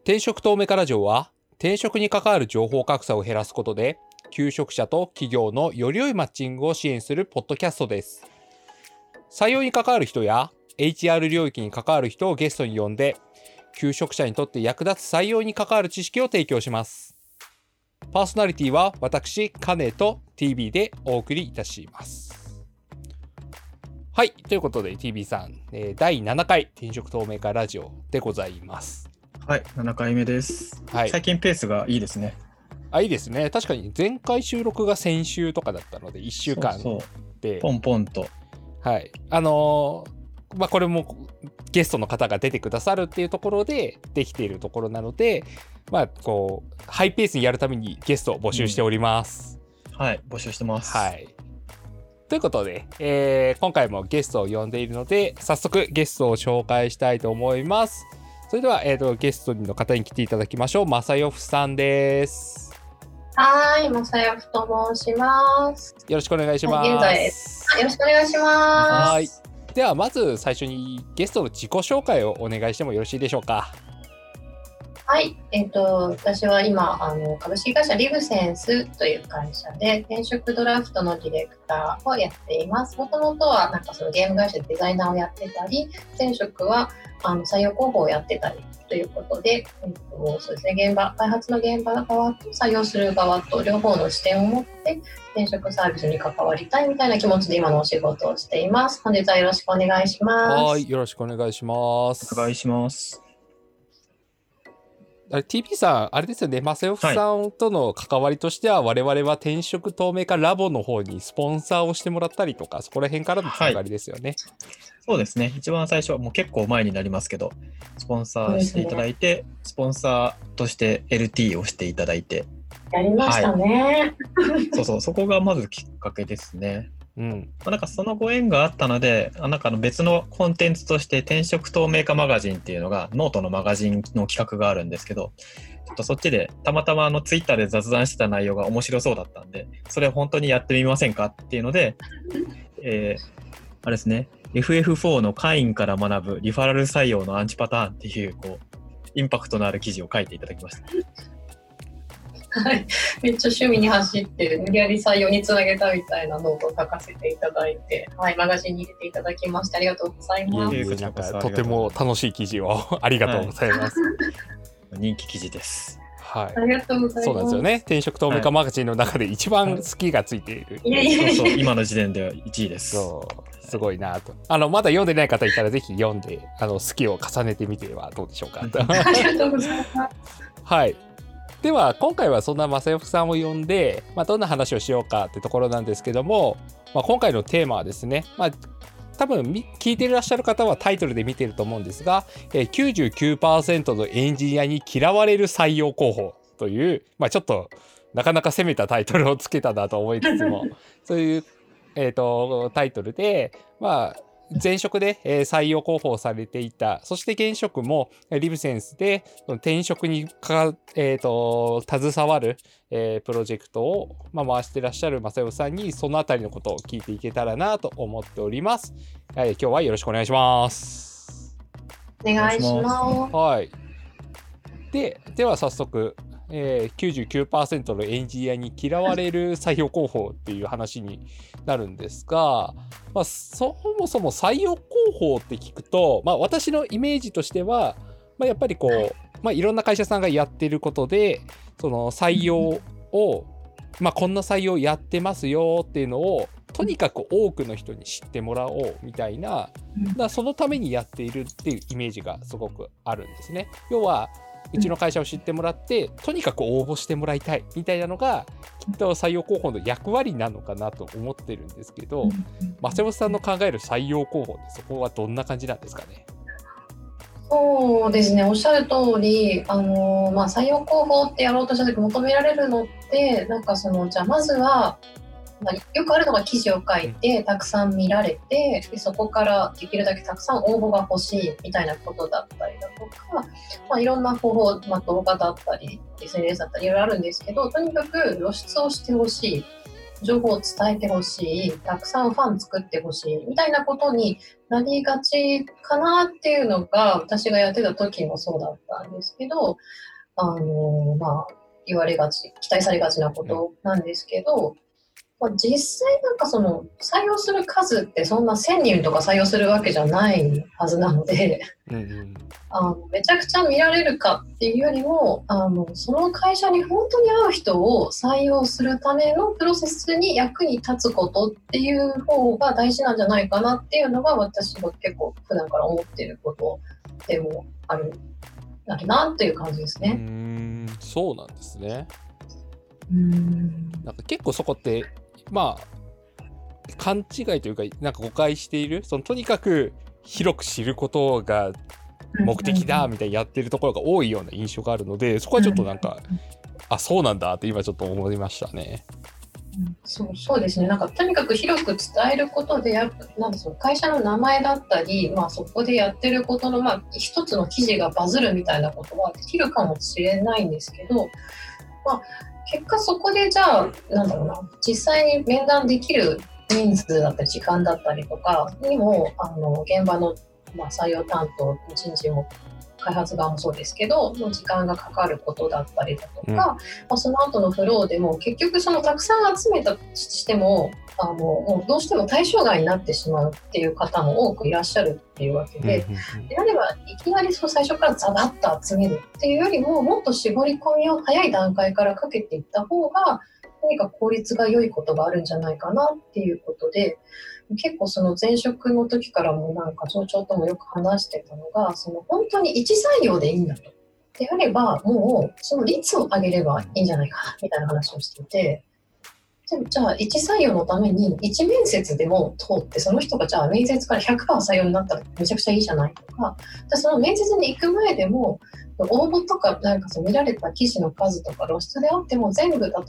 転職透明化ラジオは転職に関わる情報格差を減らすことで求職者と企業のより良いマッチングを支援するポッドキャストです。採用に関わる人や HR 領域に関わる人をゲストに呼んで求職者にとって役立つ採用に関わる知識を提供します。パーソナリティは私カネと TB でお送りいたします。はい、ということで TB さん、第7回転職透明化ラジオでございます。 はい、7回目です、はい、最近ペースがいいですね。 いいですね。確かに前回収録が先週とかだったので1週間でポンポンと、 はい、これもゲストの方が出てくださるっていうところでできているところなので、こうハイペースにやるためにゲストを募集しております。 はい、募集してます。 はい。ということで、今回もゲストを呼んでいるので早速ゲストを紹介したいと思います。それでは、ゲストの方に来ていただきましょう。マサヨフさんです。 はい、マサヨフと申します。 よろしくお願いします。 現在です。よろしくお願いします。 はい。ではまず最初にゲストの自己紹介をお願いしてもよろしいでしょうか。 はい、私は今株式会社リブセンスという会社で転職ドラフトのディレクターをやっています。もともとはそのゲーム会社でデザイナーをやってたり、前職は採用広報をやってたりということで、そうですね、開発の現場側と採用する側と両方の視点を持って転職サービスに関わりたいみたいな気持ちで今のお仕事をしています。本日はよろしくお願いします。 はい、よろしくお願いします。 お願いします。 TP さん、あれですよね、マサヨフさんとの関わりとしては、我々は転職透明化ラボの方にスポンサーをしてもらったりとか、そこら辺からのつながりですよね。 そうですね、一番最初はもう結構前になりますけど、スポンサーしていただいて、スポンサーとして LT をしていただいて、 やりましたね。 そこがまずきっかけですね。そのご縁があったので、別のコンテンツとして転職透明化マガジンっていうのがノートのマガジンの企画があるんですけど、ちょっとそっちでたまたまツイッターで雑談してた内容が面白そうだったんで、それ本当にやってみませんかっていうので、あれですね、FF4 の会員から学ぶリファラル採用のアンチパターンっていうインパクトのある記事を書いていただきました。 はい、めっちゃ趣味に走って無理やり採用につなげたみたいなノートを書かせていただいて、はい、マガジンに入れていただきましてありがとうございます。 とても楽しい記事をありがとうございます。 人気記事です。 はい、 ありがとうございます。 そうなんですよね。転職透明化マガジンの中で一番好きがついている。 今の時点では1位です。 すごいなと。まだ読んでない方いたらぜひ読んで好きを重ねてみてはどうでしょうか。 ありがとうございます。 はい。では今回はそんなマサヨフさんを呼んで、どんな話をしようかってところなんですけども、今回のテーマはですね、多分聞いていらっしゃる方はタイトルで見てると思うんですが、99% のエンジニアに嫌われる採用候補という、ちょっとなかなか攻めたタイトルをつけたなと思いつつもそういう、タイトルで前職で採用広報をされていた、そして現職もリブセンスで転職に携わるプロジェクトを回していらっしゃるマサヨフさんにそのあたりのことを聞いていけたらなと思っております。今日はよろしくお願いします。 お願いします。 はい。では早速、99% のエンジニアに嫌われる採用広報っていう話になるんですが、そもそも採用広報って聞くと、私のイメージとしては、やっぱりいろんな会社さんがやってることで、その採用を、こんな採用やってますよっていうのをとにかく多くの人に知ってもらおうみたいな、そのためにやっているっていうイメージがすごくあるんですね。要はうちの会社を知ってもらってとにかく応募してもらいたいみたいなのがきっと採用広報の役割なのかなと思ってるんですけど、マサヨフさんの考える採用広報ってそこはどんな感じなんですかね。 そうですね、おっしゃる通り採用広報ってやろうとした時求められるのってじゃあまずはよくあるのが記事を書いてたくさん見られて、でそこからできるだけたくさん応募が欲しいみたいなことだったりだとか、いろんな方法、動画だったり SNS だったりいろいろあるんですけど、とにかく露出をしてほしい情報を伝えてほしい、たくさんファン作ってほしいみたいなことになりがちかなっていうのが、私がやってた時もそうだったんですけど、言われがち、期待されがちなことなんですけど、実際なんかその採用する数ってそんな1000人とか採用するわけじゃないはずなので、めちゃくちゃ見られるかっていうよりも、その会社に本当に合う人を採用するためのプロセスに役に立つことっていう方が大事なんじゃないかなっていうのが、私が結構普段から思っていることでもあるなっていう感じですね。 そうなんですね。なんか結構そこって勘違いというか、なんか誤解している、とにかく広く知ることが目的だみたいにやってるところが多いような印象があるので、そこはちょっとなんか、そうなんだって今ちょっと思いましたね。 そうですね。なんかとにかく広く伝えることで、なんかその会社の名前だったり、そこでやってることの一つの記事がバズるみたいなことはできるかもしれないんですけど、結果そこでじゃあ実際に面談できる人数だったり時間だったりとかにも現場の採用担当人事も開発側もそうですけどの時間がかかることだったりだとか、その後のフローでも結局そのたくさん集めたとしてももうどうしても対象外になってしまうっていう方も多くいらっしゃるっていうわけで、であればいきなり最初からザバッと集めるっていうよりももっと絞り込みを早い段階からかけていった方が何か効率が良いことがあるんじゃないかなっていうことで、結構その前職の時からもなんか上長ともよく話してたのが、その本当に一採用でいいんだと。であればもうその率を上げればいいんじゃないかなみたいな話をしていて、じゃあ一採用のために一面接でも通ってその人がじゃあ面接から 100% 採用になったらめちゃくちゃいいじゃないとか、その面接に行く前でも応募とかなんか見られた記事の数とか露出であっても全部例えば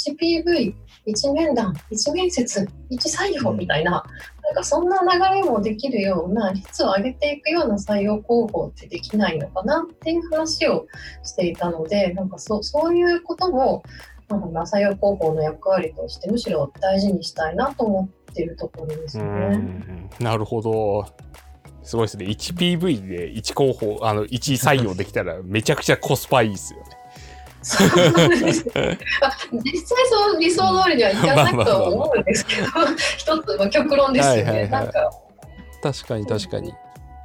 1PV、1面談、1面接、1採用みたいな、なんかそんな流れもできるような率を上げていくような採用広報ってできないのかなっていう話をしていたので、なんかそういうことも採用広報の役割としてむしろ大事にしたいなと思っているところですね。 なるほど。すごいですね。1PV で1広報1採用できたらめちゃくちゃコスパいいですよね。 そうです実際その理想通りにはいかないと思うんですけど、一つ極論ですよね。なんか確かに確かに。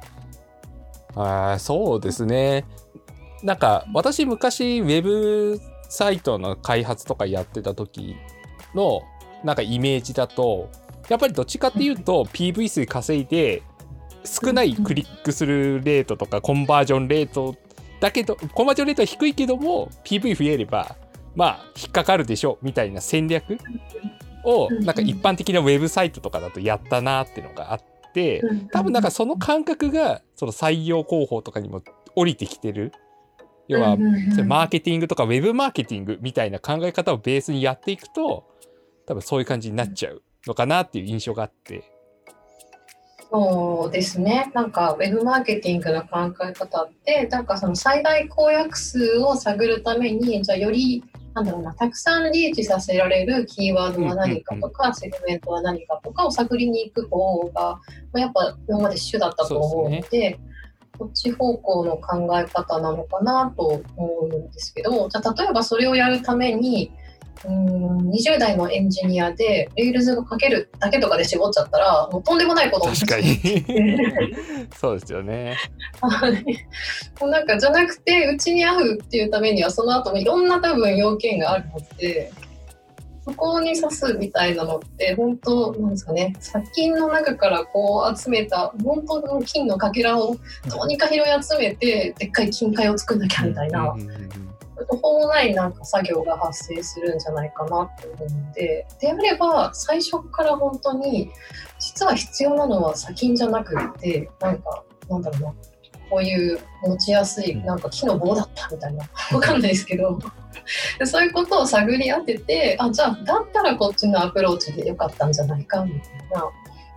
そうですね。なんか私昔ウェブサイトの開発とかやってた時のなんかイメージだと、やっぱりどっちかっていうと PV 数稼いで少ないクリックするレートとかコンバージョンレートだけど、コンバージョンレートは低いけども PV 増えれば引っかかるでしょみたいな戦略をなんか一般的なウェブサイトとかだとやったなっていうのがあって、多分なんかその感覚がその採用広報とかにも降りてきてる。要はマーケティングとかウェブマーケティングみたいな考え方をベースにやっていくと多分そういう感じになっちゃうのかなっていう印象があって。 そうですね。なんかウェブマーケティングの考え方ってなんかその最大公約数を探るためにじゃあよりたくさんリーチさせられるキーワードは何かとか、セグメントは何かとかを探りに行く方が、やっぱ今まで主だったと思うので、こっち方向の考え方なのかなと思うんですけど、じゃあ例えばそれをやるために20代のエンジニアでレールズが書けるだけとかで絞っちゃったらもうとんでもないことになっちゃう。確かにそうですよね。 なんかじゃなくてうちに合うっていうためにはその後もいろんな多分要件があるので、そこに刺すみたいなのって本当なんですかね、砂金の中からこう集めた本当の金のかけらをどうにか拾い集めてでっかい金塊を作んなきゃみたいな、途方もないなんか作業が発生するんじゃないかなと思うので、であれば最初から本当に実は必要なのは砂金じゃなくってなんだろうな、こういう持ちやすいなんか木の棒だったみたいなわかんないですけどそういうことを探り当てて、じゃあだったらこっちのアプローチでよかったんじゃないかみたいな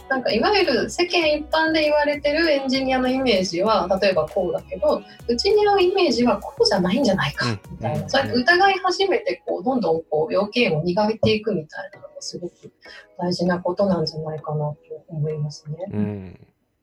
なんかいわゆる世間一般で言われてるエンジニアのイメージは例えばこうだけど、うちに合うイメージはこうじゃないんじゃないかみたいな、そうやって疑い始めてこうどんどんこう要件を磨いていくみたいなのがすごく大事なことなんじゃないかなと思いますね。 うん、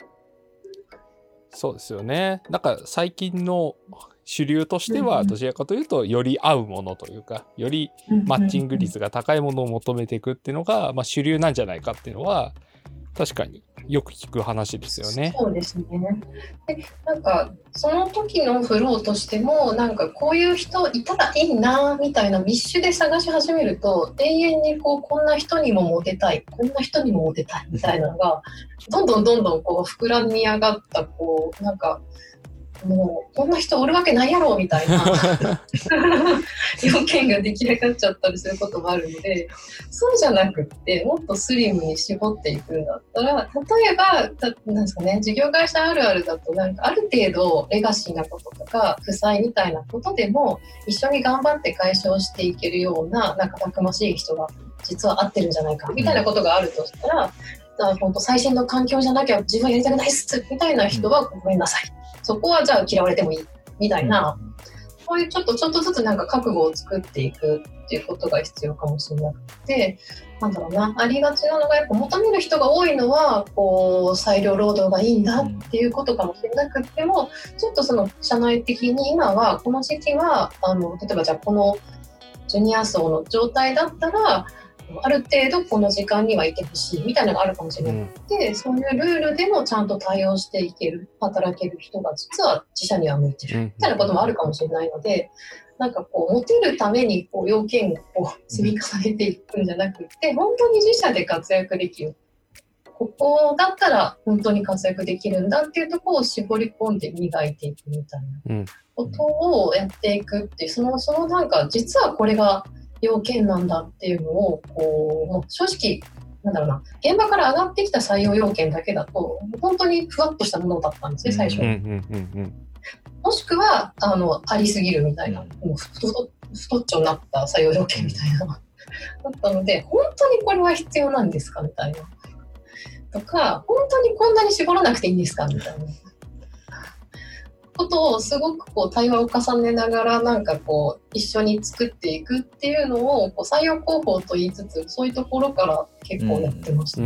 そうですよね。なんか最近の主流としてはどちらかというとより合うものというか、よりマッチング率が高いものを求めていくっていうのが、まあ、主流なんじゃないかっていうのは確かによく聞く話ですよね。 そうですね。で、なんかその時のフローとしても、なんかこういう人いたらいいなみたいな密集で探し始めると、永遠にこんな人にもモテたい、こんな人にもモテたいみたいなのがどんどんこう膨らみ上がったなんか。もうこんな人おるわけないやろみたいな要件が出来上がっちゃったりすることもあるので、そうじゃなくってもっとスリムに絞っていくんだったら、例えばなんですかね、事業会社あるあるだとなんかある程度レガシーなこととか負債みたいなことでも一緒に頑張って解消していけるようななんかたくましい人が実は合ってるんじゃないかみたいなことがあるとしたら、本当最新の環境じゃなきゃ自分はやりたくないっすみたいな人はごめんなさい、そこはじゃあ嫌われてもいいみたいな、そういうちょっとずつなんか覚悟を作っていくっていうことが必要かもしれなくて、なんだろうな、ありがちなのがやっぱ求める人が多いのは裁量労働がいいんだっていうことかもしれなくても、ちょっとその社内的に今はこの時期は例えばじゃあこのジュニア層の状態だったらある程度この時間にはいてほしいみたいなのがあるかもしれなくて、そういうルールでもちゃんと対応していける、働ける人が実は自社には向いてるみたいなこともあるかもしれないので、なんかモテるために要件を積み重ねていくんじゃなくて、本当に自社で活躍できる、ここだったら本当に活躍できるんだっていうところを絞り込んで磨いていくみたいなことをやっていくっていう、そのなんか実はこれが要件なんだっていうのをもう正直なんだろうな、現場から上がってきた採用要件だけだと本当にふわっとしたものだったんですね、最初。もしくはありすぎるみたいな、もう太っちょになった採用要件みたいなだったので、本当にこれは必要なんですかみたいなとか、本当にこんなに絞らなくていいんですかみたいなことをすごく対話を重ねながらなんか一緒に作っていくっていうのを採用広報と言いつつ、そういうところから結構やってました。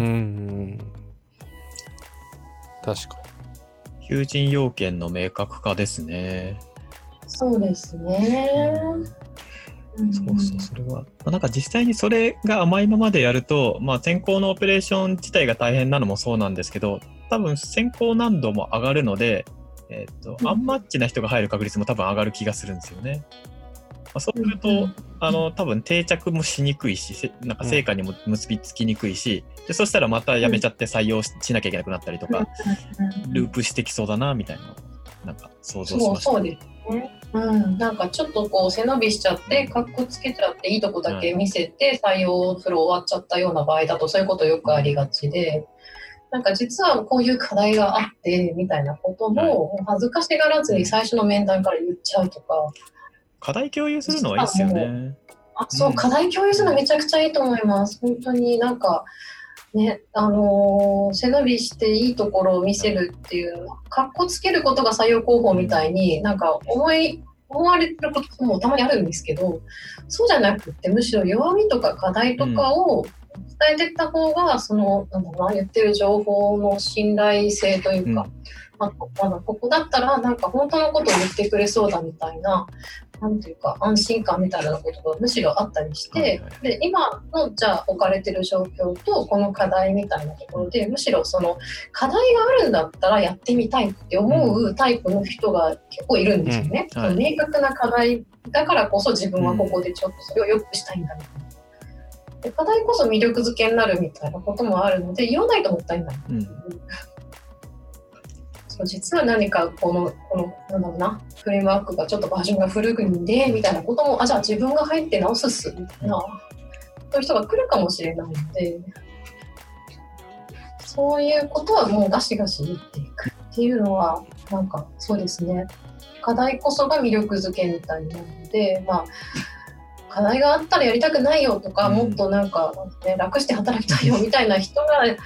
確かに求人要件の明確化ですね。 そうですね。 そうそれはなんか実際にそれが甘いままでやると、選考のオペレーション自体が大変なのもそうなんですけど、多分選考難度も上がるのでアンマッチな人が入る確率も多分上がる気がするんですよね。そうすると多分定着もしにくいし、なんか成果にも結びつきにくいし、でそしたらまた辞めちゃって採用しなきゃいけなくなったりとか、ループしてきそうだなみたいななんか想像しました。 そうですね。なんかちょっと背伸びしちゃってカッコつけちゃっていいとこだけ見せて採用フロー終わっちゃったような場合だとそういうことよくありがちで。なんか実はこういう課題があってみたいなことも恥ずかしがらずに最初の面談から言っちゃうとか、 課題共有するのはいいですよね。 そう、課題共有するのめちゃくちゃいいと思います。本当になんかね、背伸びしていいところを見せるっていうのはかっこつけることが採用広報みたいになんか思われてることもたまにあるんですけど、そうじゃなくってむしろ弱みとか課題とかを伝えていった方が言ってる情報の信頼性というか、ここだったらなんか本当のことを言ってくれそうだみたいな、なんていうか安心感みたいなことがむしろあったりして、で今のじゃあ置かれてる状況とこの課題みたいなところで、むしろその課題があるんだったらやってみたいって思うタイプの人が結構いるんですよね。その明確な課題だからこそ自分はここでちょっとそれを良くしたいんだみたいな。課題こそ魅力づけになるみたいなこともあるので言わないともったいない、そう実は何かこのなんだろうな、フレームワークがちょっとバージョンが古くんでみたいなこともじゃあ自分が入って直すっすみたいな、そういう人が来るかもしれないので、そういうことはもうガシガシ言っていくっていうのはなんかそうですね、課題こそが魅力づけみたいなので、課題があったらやりたくないよとか、もっとなんか、楽して働きたいよみたいな人が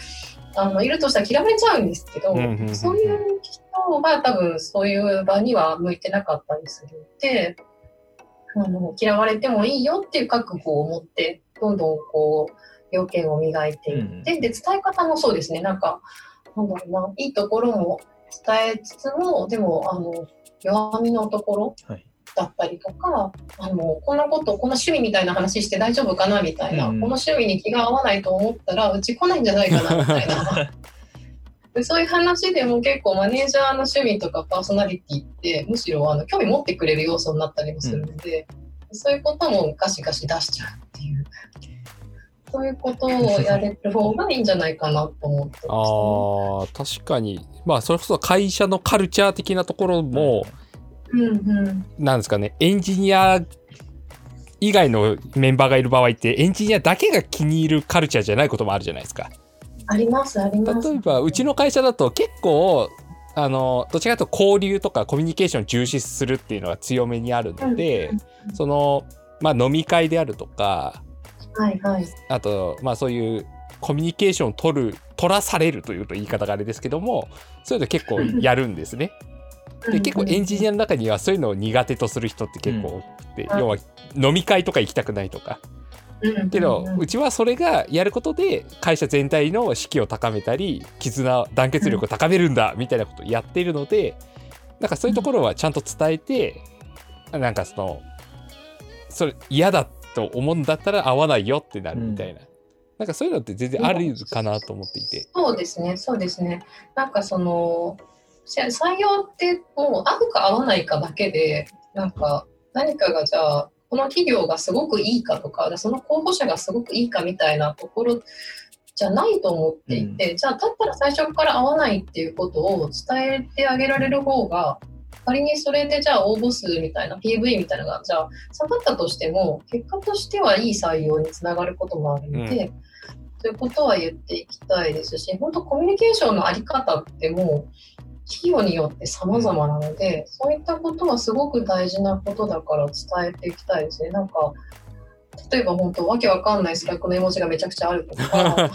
いるとしたら嫌われちゃうんですけど、そういう人が多分そういう場には向いてなかったりするので、嫌われてもいいよっていう覚悟を持ってどんどんこう要件を磨いていって、で伝え方もそうですね、なんだろうな、いいところも伝えつつも、でも弱みのところだったりとか、こんな趣味みたいな話して大丈夫かなみたいな、この趣味に気が合わないと思ったらうち来ないんじゃないかなみたいなでそういう話でも結構マネージャーの趣味とかパーソナリティってむしろ興味持ってくれる要素になったりもするので、そういうこともガシガシ出しちゃうっていう、そういうことをやれる方がいいんじゃないかなと思ってますね。確かに、それこそ会社のカルチャー的なところも、なんですかね、エンジニア以外のメンバーがいる場合ってエンジニアだけが気に入るカルチャーじゃないこともあるじゃないですか。 ありますあります。 例えばうちの会社だと結構どちらかというと交流とかコミュニケーションを重視するっていうのが強めにあるので、その飲み会であるとか、あとそういうコミュニケーションを取らされるというと言い方があれですけども、そういうの結構やるんですね。で結構エンジニアの中にはそういうのを苦手とする人って結構多くて、要は飲み会とか行きたくないとか、けどうちはそれがやることで会社全体の士気を高めたり団結力を高めるんだみたいなことをやっているので、なんかそういうところはちゃんと伝えて、なんかそれ嫌だと思うんだったら会わないよってなるみたいな、なんかそういうのって全然あるかなと思っていて。 そうですね。なんか採用ってもう合うか合わないかだけで、なんか何かがじゃあこの企業がすごくいいかとか、その候補者がすごくいいかみたいなところじゃないと思っていて、じゃあだったら最初から合わないっていうことを伝えてあげられる方が、仮にそれでじゃあ応募数みたいな PV みたいなのがじゃあ下がったとしても結果としてはいい採用につながることもあるので、そういうことは言っていきたいですし、本当コミュニケーションのあり方ってもう企業によって様々なので、そういったことはすごく大事なことだから伝えていきたいですね。なんか例えば本当わけわかんないスラックの絵文字がめちゃくちゃあるとか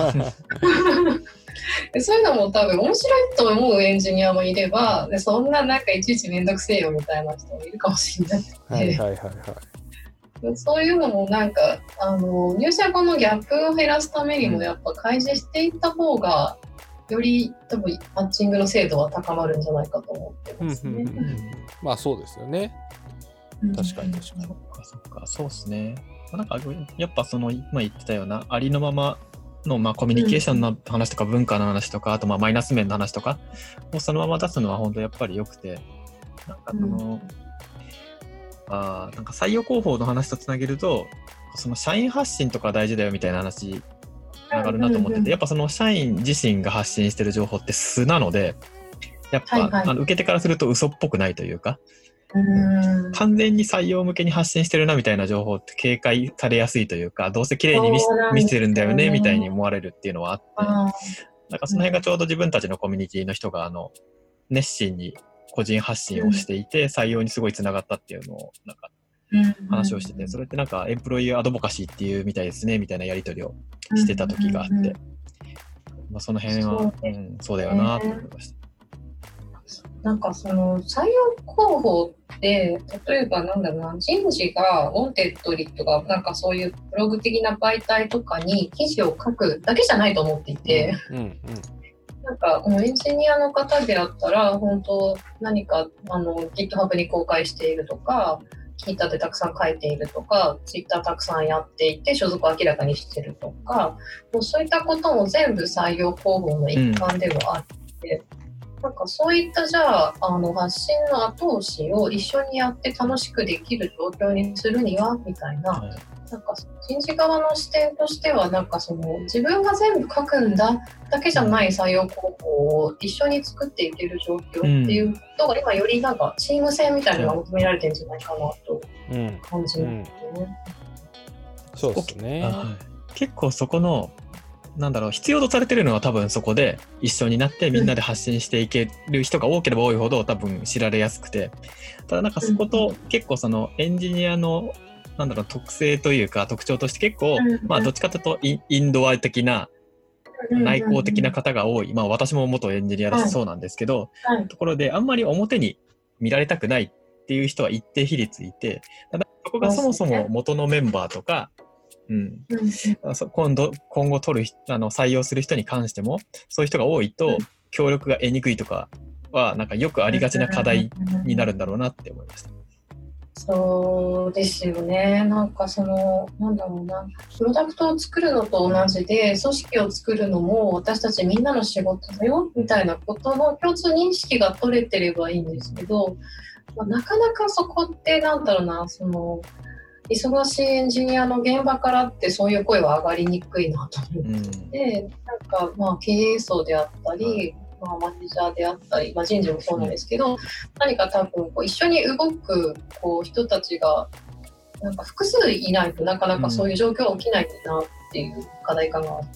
そういうのも多分面白いと思うエンジニアもいれば、でそんななんかいちいちめんどくせえよみたいな人もいるかもしれないので、そういうのもなんか入社後のギャップを減らすためにもやっぱ開示していった方がより多分マッチングの精度は高まるんじゃないかと思ってますね。 そうですよね。確かに。 そうですね。なんかやっぱ今言ってたようなありのままのコミュニケーションの話とか文化の話とか、あとマイナス面の話とかをそのまま出すのは本当やっぱり良くて、なんかなんか採用広報の話とつなげると、その社員発信とか大事だよみたいな話上がるなと思ってて、やっぱその社員自身が発信してる情報って素なので、やっぱ、受け手からすると嘘っぽくないというか、完全に採用向けに発信してるなみたいな情報って警戒されやすいというか、どうせ綺麗に見せてるんだよねみたいに思われるっていうのはあって、なんかその辺がちょうど自分たちのコミュニティの人が熱心に個人発信をしていて、採用にすごいつながったっていうのをなんか話をしてて、それってなんかエンプロイアドボカシーっていうみたいですねみたいなやり取りをしてた時があって、その辺はそうだよなと思いました。 なんか採用広報って例えば人事がウォンテッドリとかなんかそういうブログ的な媒体とかに記事を書くだけじゃないと思っていて、なんかエンジニアの方であったら本当何かGitHub に公開しているとか、Twitter でたくさん書いているとか、Twitter たくさんやっていて所属を明らかにしているとか、もうそういったことも全部採用広報の一環でもあって、なんかそういったじゃあ発信の後押しを一緒にやって楽しくできる状況にするにはみたいな、なんか人事側の視点としてはなんか自分が全部書くんだけじゃない採用広報を一緒に作っていける状況っていうことが今よりなんかチーム性みたいなのが求められてるんじゃないかなと感じますね。 そうですね。 結構そこの必要とされてるのは多分そこで一緒になってみんなで発信していける人が多ければ多いほど多分知られやすくて、ただなんかそこと結構エンジニアの特性というか特徴として結構どっちかというとインドア的な内向的な方が多い、まあ私も元エンジニアだしそうなんですけど、ところであんまり表に見られたくないっていう人は一定比率いて、ただそこがそもそも元のメンバーとか、今後取る採用する人に関してもそういう人が多いと協力が得にくいとかはなんかよくありがちな課題になるんだろうなって思いました。 そうですよね。なんかなんだろうな、プロダクトを作るのと同じで、組織を作るのも私たちみんなの仕事だよみたいなことの共通認識が取れてればいいんですけど、なかなかそこってなんだろうな、忙しいエンジニアの現場からってそういう声は上がりにくいなと思って、なんか経営層であったり、マネージャーであったり、人事もそうなんですけど、何か多分一緒に動く人たちがなんか複数いないとなかなかそういう状況は起きないなっていう課題感があって、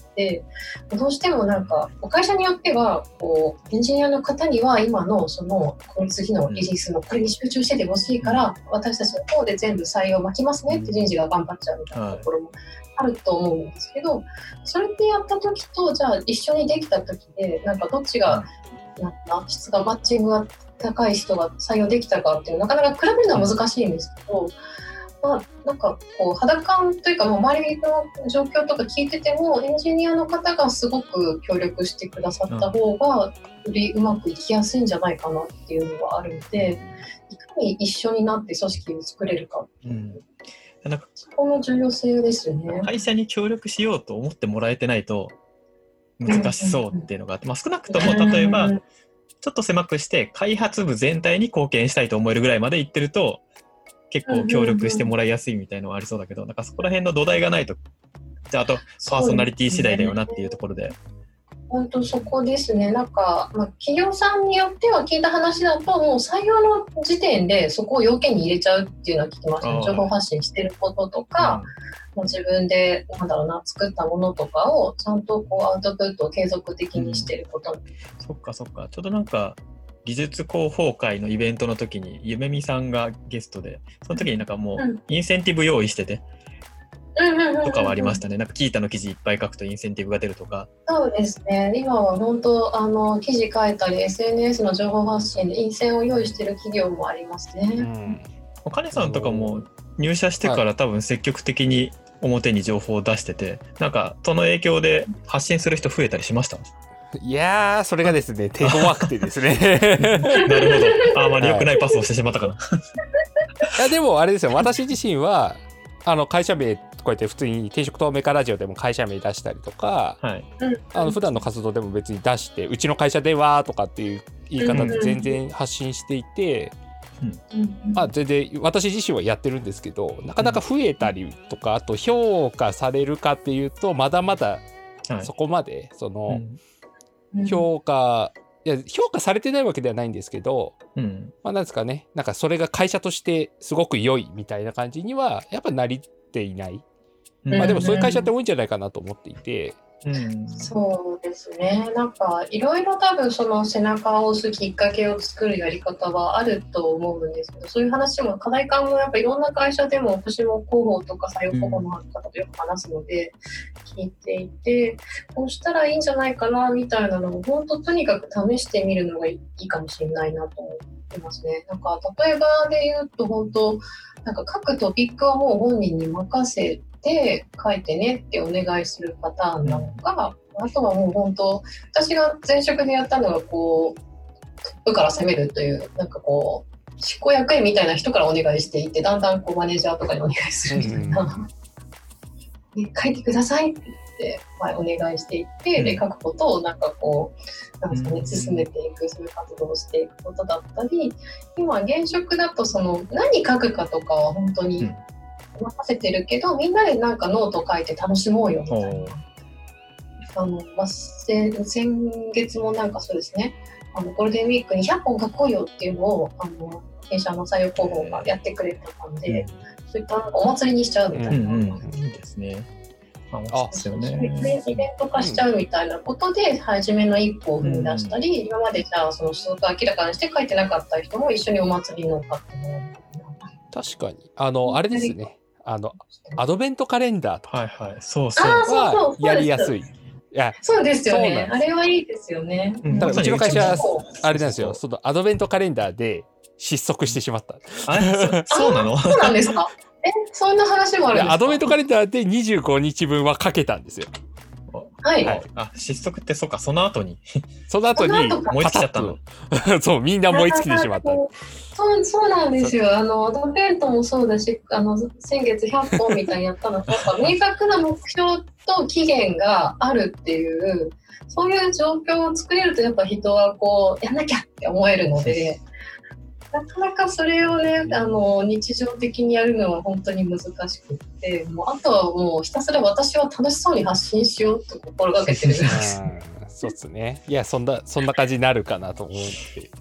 どうしてもなんか会社によってはエンジニアの方には今のこの次のリリースのこれに集中しててほしいから私たちの方で全部採用巻きますねって人事が頑張っちゃうみたいなところもあると思うんですけど、それでやった時とじゃあ一緒にできた時でなんかどっちが質がマッチングが高い人が採用できたかっていうのはなかなか比べるのは難しいんですけど、なんか肌感というか周りの状況とか聞いててもエンジニアの方がすごく協力してくださった方がよりうまくいきやすいんじゃないかなっていうのがあるので、いかに一緒になって組織を作れるかっていう、なんかそこの重要性ですよね。 会社に協力しようと思ってもらえてないと難しそうっていうのがあって、少なくとも例えばちょっと狭くして開発部全体に貢献したいと思えるぐらいまでいってると結構協力してもらいやすいみたいなのはありそうだけど、なんかそこら辺の土台がないと、じゃああとパーソナリティ次第だよなっていうところで。 本当そこですね。なんか、企業さんによっては聞いた話だともう採用の時点でそこを要件に入れちゃうっていうのは聞きましたね。情報発信してることとか、もう自分で作ったものとかをちゃんとアウトプットを継続的にしてること、 そっかそっか。ちょっとなんか技術広報会のイベントの時にゆめみさんがゲストで、その時になんかもうインセンティブ用意してて、とかはありましたね。なんかキータの記事いっぱい書くとインセンティブが出るとか。 そうですね。今は本当記事書いたり SNS の情報発信でインセンを用意している企業もありますね。 金さんとかも入社してから多分積極的に表に情報を出してて、なんかその影響で発信する人増えたりしました？ いやー、それがですね、手強くてですね。 なるほど。あまり良くないパスをしてしまったかな。いや、でもあれですよ、私自身は会社名こうやって普通に転職透明化ラジオでも会社名出したりとか、普段の活動でも別に出してうちの会社ではとかっていう言い方で全然発信していて、全然私自身はやってるんですけど、なかなか増えたりとか、あと評価されるかっていうとまだまだそこまで評価されてないわけではないんですけど、なんですかね、なんかそれが会社としてすごく良いみたいな感じにはやっぱなりていない。でもそういう会社って多いんじゃないかなと思っていて。 そうですね。なんかいろいろ多分背中を押すきっかけを作るやり方はあると思うんですけど、そういう話も課題感もやっぱいろんな会社でも私も広報とか採用広報の方とよく話すので聞いていて、こうしたらいいんじゃないかなみたいなのを本当とにかく試してみるのがいいかもしれないなと思ってますね。なんか例えばで言うと本当なんか各トピックはもう本人に任せで書いてねってお願いするパターンなのか、あとはもう本当私が前職でやったのがトップから攻めるというなんか執行役員みたいな人からお願いしていて、だんだんマネージャーとかにお願いするみたいな、書いてくださいって言って、お願いしていって、で書くことをなんかなんですかね、進めていく、そういう活動をしていくことだったり、今現職だと何書くかとかは本当に任せてるけど、みんなでなんかノート書いて楽しもうよみたいな。先月もなんかそうですね、ゴールデンウィークに100本書こうよっていうのを弊社の採用広報がやってくれたので、そういったなんかお祭りにしちゃうみたいな、いいですね。 イベント化しちゃうみたいなことで初めの一歩を踏み出したり、今までじゃあ所属明らかにして書いてなかった人も一緒にお祭りに乗っかってもらう。 確かにあれですね、アドベントカレンダーとかはやりやすい。 いやそうですよね。あれはいいですよね。 だからうちの会社はあれなんですよ。そのアドベントカレンダーで失速してしまった。 そうなの？ そうなんですか？そんな話もあるんですか？ アドベントカレンダーで25日分はかけたんですよ。 はい。 失速ってそうか、その後にその後に燃え尽きちゃったの。 そう、みんな燃え尽きてしまった。 そうなんですよ。アドベントもそうだし、先月100本みたいにやったのやっぱ明確な目標と期限があるっていう、そういう状況を作れるとやっぱ人はこうやんなきゃって思えるので、なかなかそれをね、日常的にやるのは本当に難しくって、もうあとはもうひたすら私は楽しそうに発信しようと心がけてるんです。 そうですね。いや、そんな感じになるかなと思うんで。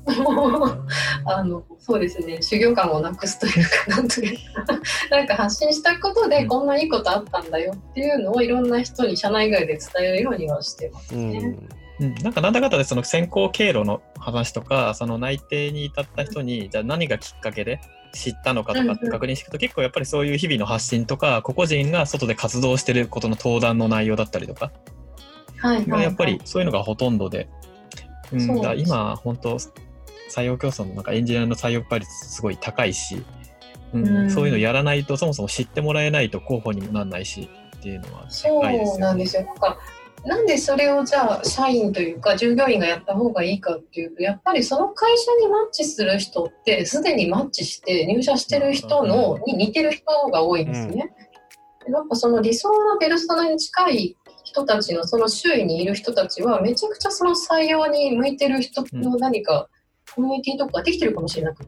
そうですね。修行感をなくすというか、なんというか、なんか発信したことでこんないいことあったんだよっていうのをいろんな人に社内外で伝えるようにはしてますね。 なんかなんだかんだでその選考経路の話とか、その内定に至った人にじゃあ何がきっかけで知ったのかとかって確認していくと、結構やっぱりそういう日々の発信とか、個々人が外で活動してることの登壇の内容だったりとか、やっぱりそういうのがほとんどで、だ今本当採用競争のなんかエンジニアの採用倍率すごい高いし、そういうのやらないとそもそも知ってもらえないと候補にもなんないしっていうのはでかいですよね。 そうなんですよ。なんでそれをじゃあ社員というか従業員がやった方がいいかっていうと、やっぱりその会社にマッチする人ってすでにマッチして入社してる人に似てる人が多いんですね。やっぱその理想のペルソナに近い人たちのその周囲にいる人たちはめちゃくちゃその採用に向いてる人の何かコミュニティとかできてるかもしれなくって、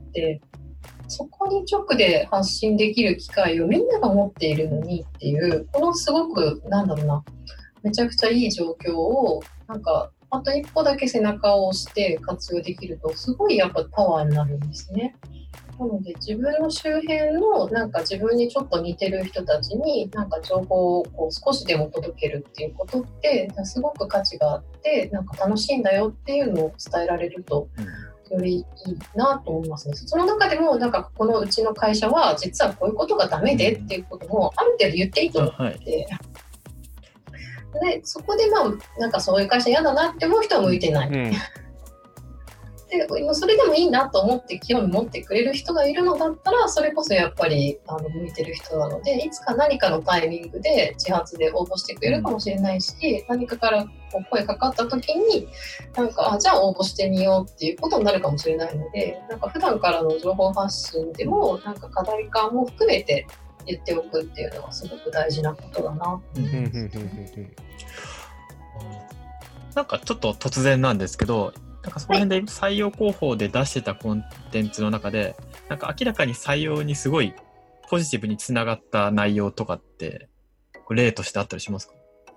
そこに直で発信できる機会をみんなが持っているのにっていう、このすごくめちゃくちゃいい状況をなんかあと一歩だけ背中を押して活用できるとすごいやっぱパワーになるんですね。なので自分の周辺のなんか自分にちょっと似てる人たちになんか情報をこう少しでも届けるっていうことってすごく価値があって、なんか楽しいんだよっていうのを伝えられるとよりいいなと思いますね。その中でもなんかこのうちの会社は実はこういうことがダメでっていうこともある程度言っていいと思って、でそこでなんかそういう会社嫌だなって思う人は向いてない、でそれでもいいなと思って興味持ってくれる人がいるのだったら、それこそやっぱり向いてる人なので、いつか何かのタイミングで自発で応募してくれるかもしれないし、何かから声かかった時になんかじゃあ応募してみようっていうことになるかもしれないので、なんか普段からの情報発信でもなんか課題感も含めて言っておくっていうのはすごく大事なことだなと思います。 なんかちょっと突然なんですけど、なんかその辺で採用広報で出してたコンテンツの中で、なんか明らかに採用にすごいポジティブにつながった内容とかって例としてあったりしますか？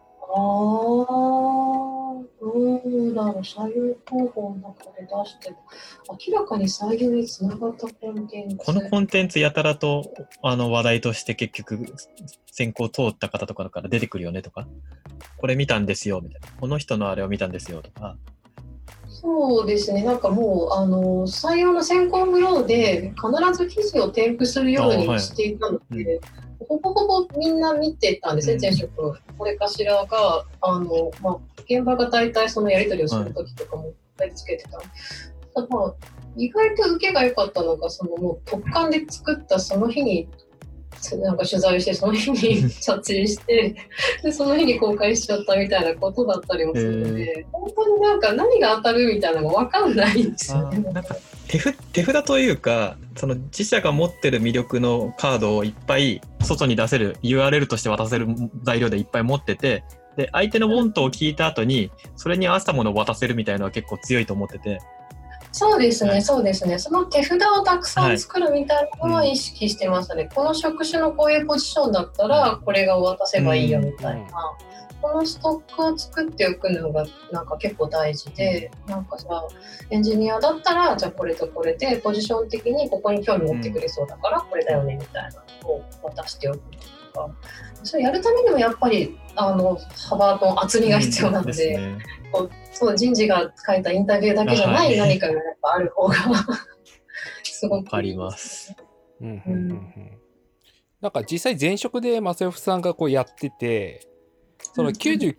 どうだろう、採用広報の中で出して明らかに採用につながったコンテンツ、 このコンテンツやたらと話題として結局選考通った方とかから出てくるよねとか、これ見たんですよみたいな、この人のあれを見たんですよとか。 そうですね、なんかもう採用の選考フローで必ず記事を添付するようにしていたので、ほぼほぼみんな見てたんですね、前職。これかしらが現場が大体そのやり取りをするときとかも大体つけてた。意外と受けが良かったのが、もう特貫で作ったその日になんか取材してその日に撮影してでその日に公開しちゃったみたいなことだったりもするので、本当になんか何が当たるみたいなのが分かんないんですよね。 なんか手札というか、その自社が持ってる魅力のカードをいっぱい外に出せる URL として渡せる材料でいっぱい持ってて、で相手のウォントを聞いた後にそれに合わせたものを渡せるみたいなのは結構強いと思ってて。 そうですね、そうですね。その手札をたくさん作るみたいなのは意識してますね。この職種のこういうポジションだったらこれが渡せばいいよみたいな、このストックを作っておくのがなんか結構大事で、なんかじゃあエンジニアだったらじゃあこれとこれでポジション的にここに興味持ってくれそうだからこれだよねみたいなのを渡しておくとか、それやるためにもやっぱり幅の厚みが必要なので、そう人事が書いたインタビューだけじゃない何かがやっぱある方がすごくわかります。 なんか実際前職で正夫さんがこうやってて、 その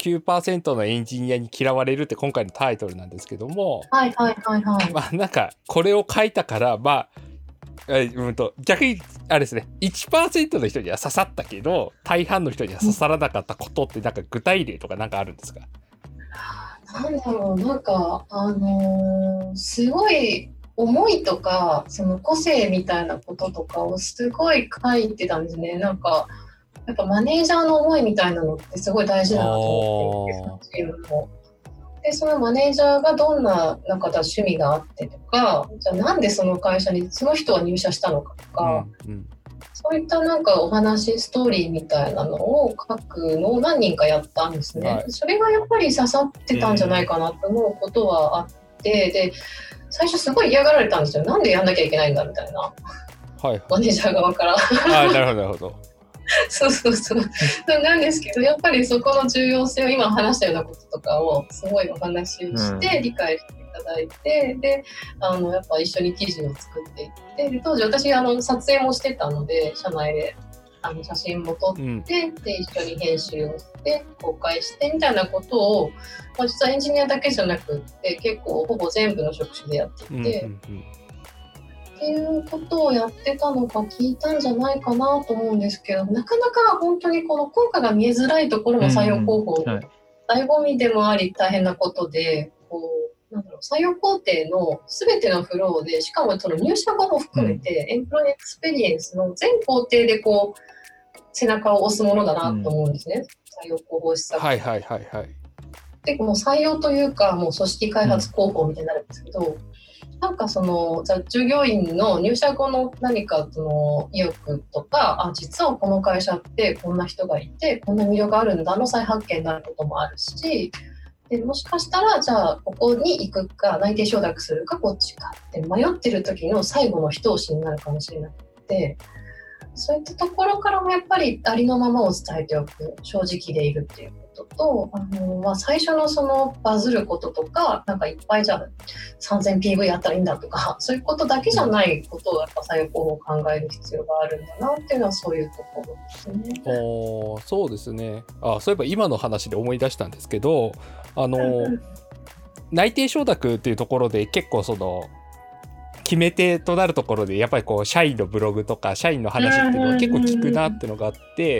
99% のエンジニアに嫌われるって今回のタイトルなんですけども、 はいはいはいはい。 まあなんかこれを書いたからまあ逆にあれですね 1% の人には刺さったけど大半の人には刺さらなかったことってなんか具体例とかなんかあるんですか？ なんだろう、なんかすごい思いとかその個性みたいなこととかをすごい書いてたんですね。なんかやっぱマネージャーの思いみたいなのってすごい大事だなと思っていて、そのチームも。で、そのマネージャーがどんな中で趣味があってとか、じゃあなんでその会社にその人は入社したのかとか、そういったなんかお話、ストーリーみたいなのを書くのを何人かやったんですね。はい、それがやっぱり刺さってたんじゃないかなと思うことはあって、で、最初すごい嫌がられたんですよ。なんでやんなきゃいけないんだみたいな。はい、マネージャー側から。 なるほど、なるほど。 そうなんですけど、やっぱりそこの重要性を今話したようなこととかをすごいお話をして理解していただいて、でやっぱ一緒に記事を作っていって、で当時私撮影もしてたので社内で写真も撮って、で一緒に編集をして公開してみたいなことを、実はエンジニアだけじゃなくって結構ほぼ全部の職種でやっていて、っていうことをやってたのか聞いたんじゃないかなと思うんですけど、なかなか本当にこの効果が見えづらいところも採用広報の醍醐味でもあり大変なことで、採用工程の全てのフローで、しかもその入社後も含めて、エンプロイエクスペリエンスの全工程で背中を押すものだなと思うんですね、採用広報施策。 はいはいはいはい。 でもう採用というかもう組織開発広報みたいになるんですけど、なんか従業員の入社後の何か意欲とか、実はこの会社ってこんな人がいてこんな魅力があるんだの再発見になることもあるし、でもしかしたらじゃあここに行くか内定承諾するかこっちかって迷ってる時の最後の一押しになるかもしれなくて、そういったところからもやっぱりありのままを伝えておく、正直でいるっていうことと、最初のそのバズることとか、なんかいっぱいじゃあ 3000PV やったらいいんだとか、そういうことだけじゃないことをやっぱ採用広報を考える必要があるんだなっていうのはそういうところですね。 そうですね。そういえば今の話で思い出したんですけど、内定承諾っていうところで結構決め手となるところでやっぱり社員のブログとか社員の話っていうのは結構聞くなっていうのがあって、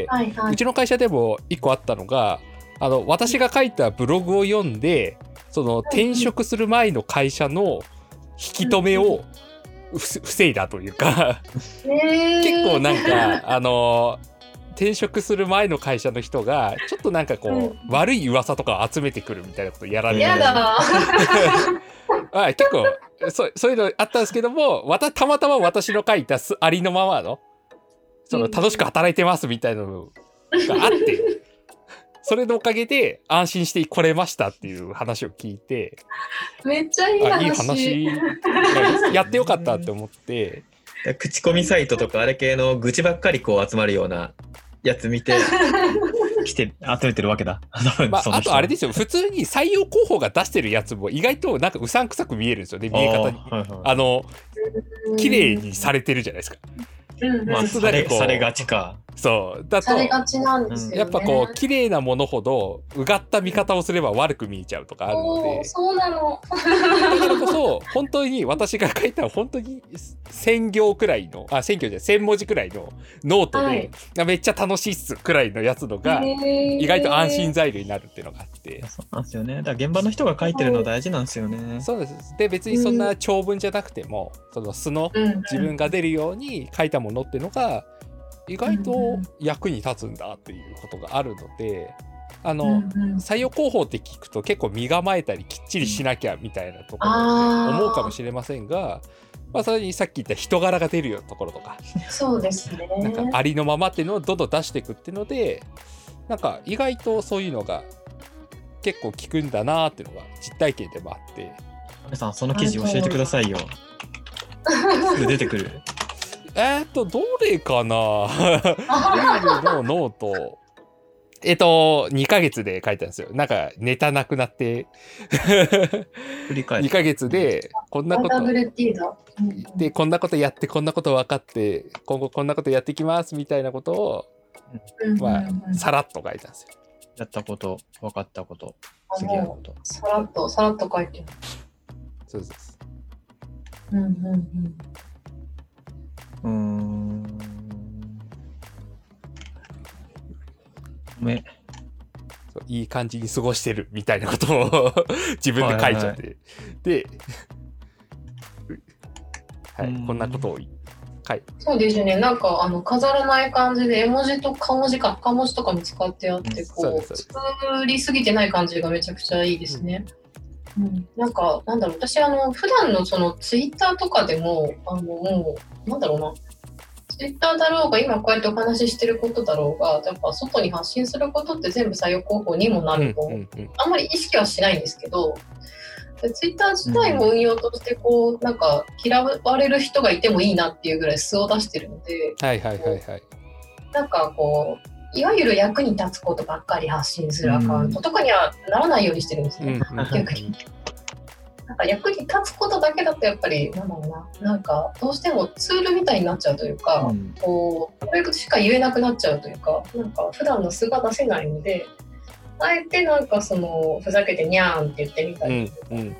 うちの会社でも1個あったのが、私が書いたブログを読んで転職する前の会社の引き止めを防いだというか結構なんか転職する前の会社の人がちょっとなんか悪い噂とかを集めてくるみたいなことをやられてやだな結構そういうのあったんですけども、たまたま私の書いたありのままの楽しく働いてますみたいなのがあってそれのおかげで安心して来れましたっていう話を聞いて、 めっちゃいい話やってよかったって思って。 口コミサイトとかあれ系の愚痴ばっかり集まるようなやつ見て来て集めてるわけだ。 あとあれですよ、普通に採用候補が出してるやつも意外となんかうさんくさく見えるんですよね、見え方に。綺麗にされてるじゃないですか。 されがちか。 そうだとされがちなんですよね。 やっぱ綺麗なものほどうがった見方をすれば悪く見えちゃうとかあるので、 そうなのだからこそ本当に私が書いた本当に1000行くらいの1000文字くらいのノートで、めっちゃ楽しいっすくらいのやつのが意外と安心材料になるっていうのがあって、 そうなんですよね。だから現場の人が書いてるの大事なんですよね。 そうです。で別にそんな長文じゃなくても素の自分が出るように書いたものっていうのが意外と役に立つんだっていうことがあるので、採用広報って聞くと結構身構えたりきっちりしなきゃみたいなところって思うかもしれませんが、それにさっき言った人柄が出るようなところとか、 そうですね、 なんかありのままっていうのをどんどん出していくっていうので、なんか意外とそういうのが結構効くんだなっていうのが実体験でもあって。 皆さんその記事教えてくださいよ。すぐ出てくる。 どれかなのノート。2ヶ月で書いたんですよ。なんかネタなくなって2ヶ月でこんなことでこんなことやってこんなこと分かって今後こんなことやっていきますみたいなことを、さらっと書いたんですよ。 やったこと、分かったこと、次やること。 さらっと書いてる。 そうです。いい感じに過ごしてるみたいなことを自分で書いちゃって、で、こんなことをそうですね。なんか飾らない感じで絵文字と顔文字とかも使ってあって、こう作りすぎてない感じがめちゃくちゃいいですね。なんかなんだろう、私普段のそのツイッターとかでももうなんだろうな。ツイッターだろうが今こうやってお話ししてることだろうが、やっぱ外に発信することって全部採用広報にもなると思う。あんまり意識はしないんですけど、ツイッター自体も運用としてこうなんか嫌われる人がいてもいいなっていうぐらい素を出してるので、なんかこういわゆる役に立つことばっかり発信するアカウントとかにはならないようにしてるんですね。逆に。なんか役に立つことだけだとやっぱりなんかどうしてもツールみたいになっちゃうというか、こういうことしか言えなくなっちゃうというか、なんか普段の素が出せないので、あえてなんかそのふざけてニャーンって言ってみたり、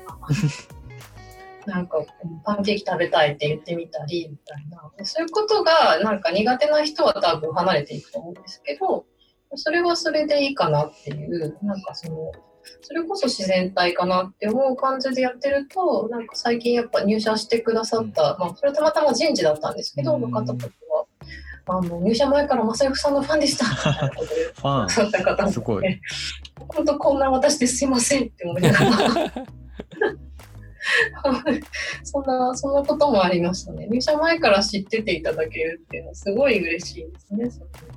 なんかパンケーキ食べたいって言ってみたりみたいな、そういうことがなんか苦手な人は多分離れていくと思うんですけど、それはそれでいいかなっていう、なんかそれこそ自然体かなって思う感じでやってると、なんか最近やっぱ入社してくださった、それたまたま人事だったんですけど、の方たちは入社前から正幸さんのファンでしたみたいなことでファンそうった方もすごい。 本当こんな私ですいませんって思いながらそんなこともありましたね。入社前から知ってていただけるっていうのはすごい嬉しいですね。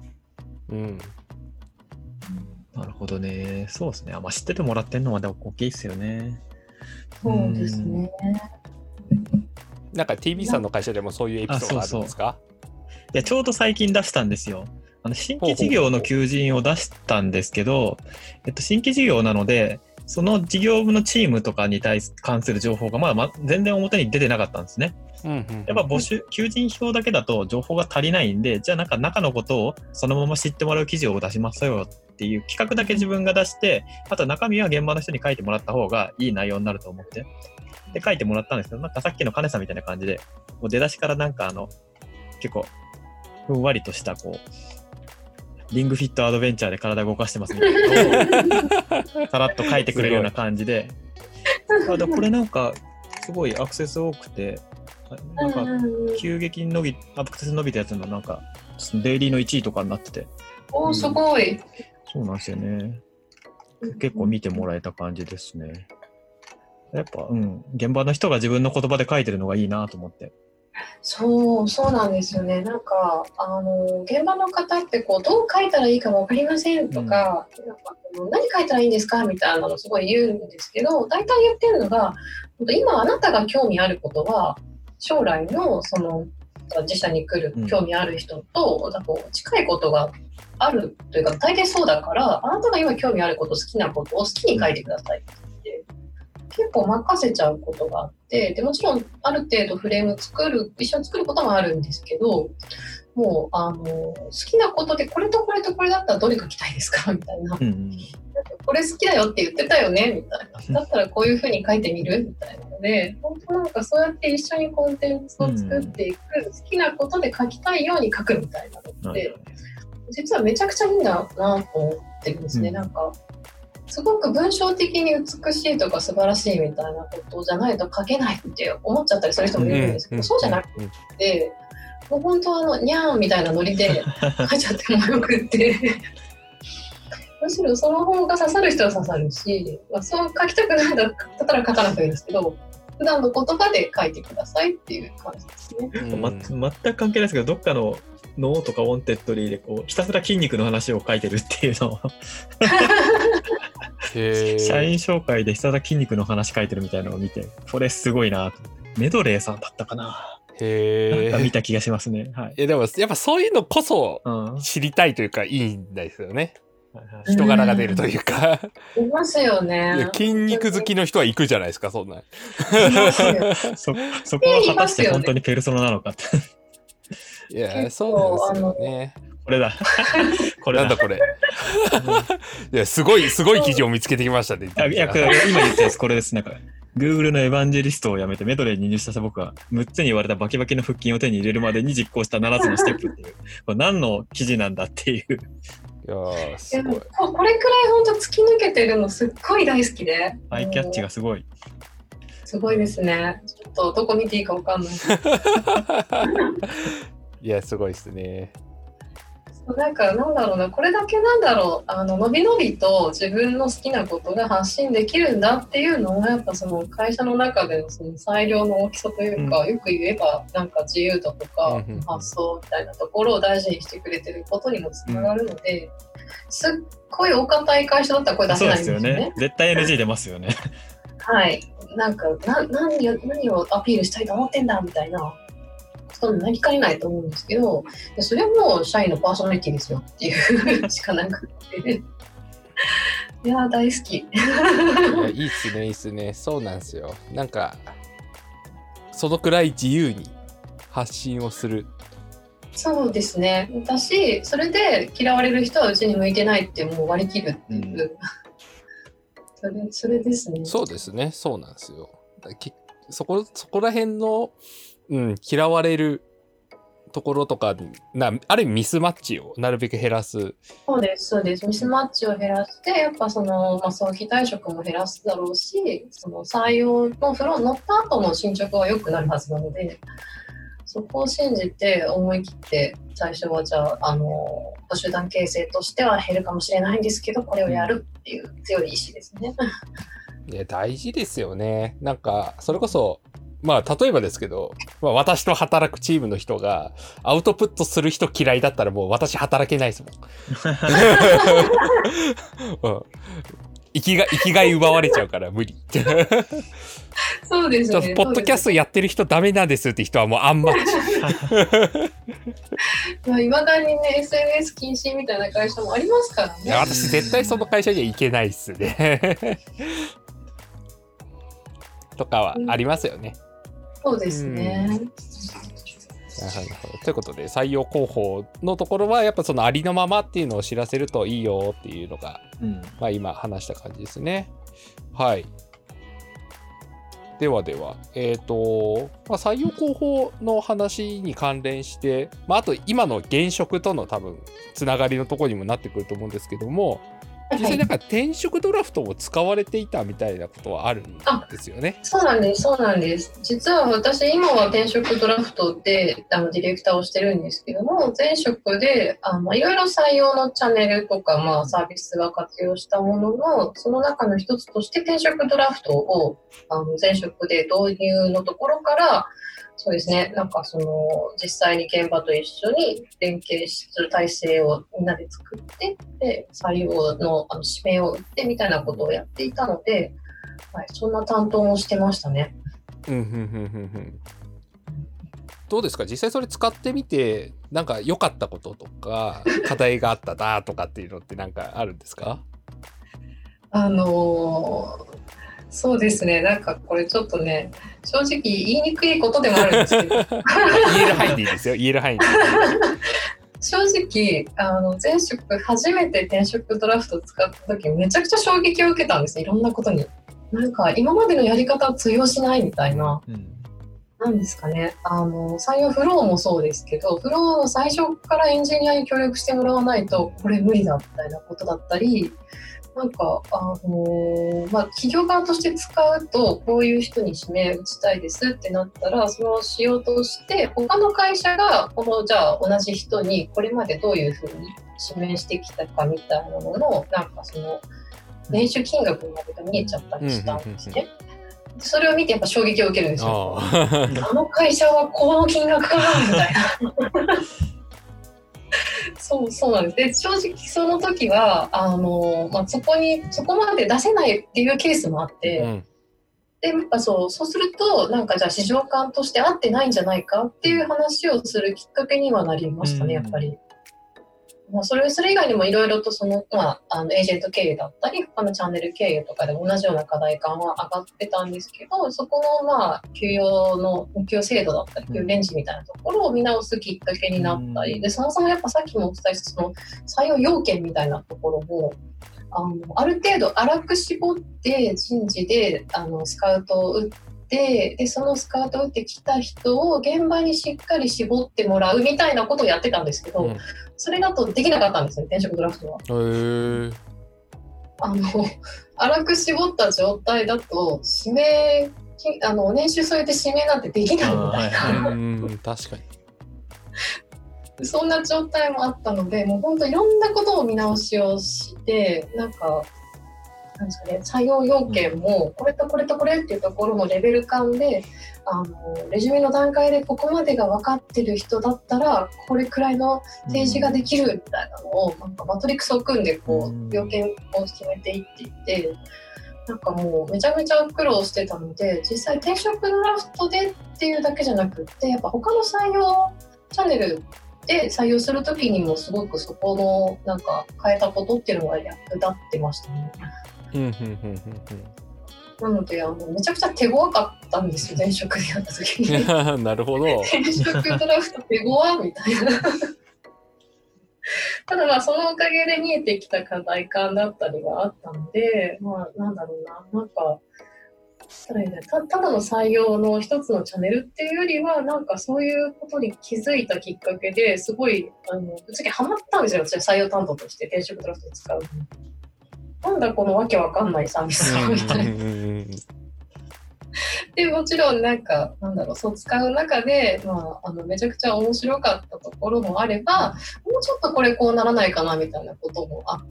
なるほどね。そうですね。知っててもらってんのは大きいですよね。 そうですね。 なんか TV さんの会社でもそういうエピソードあるんですか？ いやちょうど最近出したんですよ。新規事業の求人を出したんですけど、新規事業なのでその事業部のチームとかに関する情報がまだ全然表に出てなかったんですね。やっぱ求人票だけだと情報が足りないんで、じゃあなんか中のことをそのまま知ってもらう記事を出しますよっていう企画だけ自分が出して、あと中身は現場の人に書いてもらった方がいい内容になると思ってで書いてもらったんですけど、なんかさっきの金さんみたいな感じでもう出だしからなんか結構ふんわりとしたこうリングフィットアドベンチャーで体動かしてますみたいなのをさらっと書いてくれるような感じでこれなんかすごいアクセス多くて、なんか急激にアクセス伸びたやつのなんかデイリーの1位とかになってて、 すごい。 そうなんですよね。結構見てもらえた感じですね。やっぱ現場の人が自分の言葉で書いてるのがいいなと思って。 そうなんですよね。なんか現場の方ってこうどう書いたらいいか分かりませんとか、何書いたらいいんですかみたいなのすごい言うんですけど、大体言ってるのが、今あなたが興味あることは将来のその自社に来る興味ある人と近いことがあるというか、大体そうだから、あなたが今興味あること、好きなことを好きに書いてくださいって言って結構任せちゃうことがあって、でもちろんある程度フレーム一緒に作ることもあるんですけど、もう好きなことでこれとこれとこれだったらどれ書きたいですかみたいな、これ好きだよって言ってたよねみたいな、だったらこういうふうに書いてみるみたいなので、本当なんかそうやって一緒にコンテンツを作っていく、好きなことで書きたいように書くみたいなのって実はめちゃくちゃいいんだなと思ってるんですね。なんかすごく文章的に美しいとか素晴らしいみたいなことじゃないと書けないって思っちゃったりする人もいるんですけど、そうじゃなくて、もう本当ニャーンみたいなノリで書いちゃってもよくってむしろその方が刺さる人は刺さるし、そう書きたくないんだったら書かなくていいんですけど、普段の言葉で書いてくださいっていう感じですね。 全く関係ないですけど、どっかのノーとかウォンテッドリーでこうひたすら筋肉の話を書いてるっていうのを社員紹介でひたすら筋肉の話書いてるみたいなのを見て、これすごいなと。メドレーさんだったかな。なんか見た気がしますね。 でもやっぱそういうのこそ知りたいというか、いいんですよね。人柄が出るというかいますよね。 筋肉好きの人は行くじゃないですか、そんなそこは果たして本当にペルソナなのかっていや、そうなんですよね。 ここれだ。これだ。 なんだこれ。いや、すごい記事を見つけてきましたね。 いや、今言ったやつこれです。なんか、Google のエヴァンジェリストをやめてメドレーに入社した僕は、6つに言われたバキバキの腹筋を手に入れるまでに実行した7つのステップっていう、これ何の記事なんだっていう。 いやー、すごい。 これくらい本当突き抜けてるのすっごい大好きで。 アイキャッチがすごい。 すごいですね。ちょっとどこ見ていいか分かんない。 いや、すごいですね。 なんだろうな、これだけのびのびと自分の好きなことが発信できるんだっていうのがやっぱその会社の中でのその裁量の大きさというか、よく言えばなんか自由度とか発想みたいなところを大事にしてくれてることにもつながるので、すっごいお堅い会社だったらこれ出せないんですよね。 そうですよね。絶対 NG 出ますよね。 はい。なんか何をアピールしたいと思ってんだみたいな。そんなりかねないと思うんですけど、それはもう社員のパーソナリティですよっていうしかなくて、いや大好き。いや、いいっすね、いいっすね。そうなんですよ。なんかそのくらい自由に発信をする。 そうですね。私それで嫌われる人はうちに向いてないってもう割り切るっていう、それですね。 そうですね、そうなんですよ。そこら辺の嫌われるところとかある意味ミスマッチをなるべく減らす。 そうですミスマッチを減らしてやっぱその、早期退職も減らすだろうし、その採用のフローに乗った後の進捗は良くなるはずなので、そこを信じて思い切って最初はじゃあ集団形成としては減るかもしれないんですけどこれをやるっていう強い意志ですね。 いや大事ですよね。なんかそれこそ例えばですけど、私と働くチームの人がアウトプットする人嫌いだったらもう私働けないですもん。生きがい奪われちゃうから無理。 そうですね。 ポッドキャストやってる人ダメなんですって人はもうあんまり。 いまだにね SNS 禁止みたいな会社もありますからね。 いや私絶対その会社には行けないっすね。とかはありますよね。 そうですね。 ということで採用広報のところはやっぱそのありのままっていうのを知らせるといいよっていうのが、今話した感じですね。はい。では、採用広報の話に関連して、あと今の現職との多分つながりのところにもなってくると思うんですけども、実際なんか転職ドラフトも使われていたみたいなことはあるんですよね。 そうなんです。実は私今は転職ドラフトでディレクターをしてるんですけども、前職でいろいろ採用のチャンネルとか、サービスが活用したもののその中の一つとして転職ドラフトを前職で導入のところからそうですね、なんかその実際に現場と一緒に連携する体制をみんなで作って、で採用の指名を打ってみたいなことをやっていたので、はい、そんな担当もしてましたね。 どうですか、実際それ使ってみてなんか良かったこととか課題があったなとかっていうのってなんかあるんですか？ そうですね、なんかこれちょっとね正直言いにくいことでもあるんですけど言える範囲でいいですよ、言える範囲で正直前職初めて転職ドラフトを使った時めちゃくちゃ衝撃を受けたんです。いろんなことになんか今までのやり方は通用しないみたいな、なんですかね、採用フローもそうですけど、フローの最初からエンジニアに協力してもらわないとこれ無理だみたいなことだったり、なんか企業側として使うとこういう人に指名打ちたいですってなったら、そのしようとして他の会社がじゃあ同じ人にこれまでどういうふうに指名してきたかみたいなののなんかその年収金額までが見えちゃったりしたんですね。それを見てやっぱ衝撃を受けるんですよ。あの会社はこの金額かみたいな。そうなんです。で、正直その時はそこまで出せないっていうケースもあって、でやっぱそうするとなんかじゃあ市場感として合ってないんじゃないかっていう話をするきっかけにはなりましたね、やっぱり。 それ以外にもいろいろとエージェント経由だったり他のチャンネル経由とかでも同じような課題感は上がってたんですけど、そこの給与制度だったり給与レンジみたいなところを見直すきっかけになったりで、そもそもやっぱさっきもお伝えしたその採用要件みたいなところもある程度粗く絞って人事でスカウトを打って、でそのスカウトを打ってきた人を現場にしっかり絞ってもらうみたいなことをやってたんですけど、それだとできなかったんですよ、転職ドラフトは。粗く絞った状態だと指名年収添えて指名なんてできないみたいな確かにそんな状態もあったので、もう本当いろんなことを見直しをして、なんですかね、採用要件もこれとこれとこれっていうところのレベル感でレジュメの段階でここまでが分かってる人だったらこれくらいの提示ができるみたいなのをなんかマトリックスを組んで要件を決めていっていて、なんかもうめちゃめちゃ苦労してたので、実際転職ドラフトでっていうだけじゃなくってやっぱ他の採用チャンネルで採用するときにもすごくそこのなんか変えたことっていうのが役立ってましたね。なのでめちゃくちゃ手強かったんですよ、前職でやった時になるほど。 転職ドラフト手強みたいなただそのおかげで見えてきた課題感だったりがあったので、なんだろうな、なんかただの採用の一つのチャンネルっていうよりはなんかそういうことに気づいたきっかけですごいぶっちゃけハマったんですよ、私は採用担当として転職ドラフトを使う。なんだこのわけわかんないサービスみたいなでもちろんそう使う中で、めちゃくちゃ面白かったところもあれば、もうちょっとこれこうならないかなみたいなこともあって、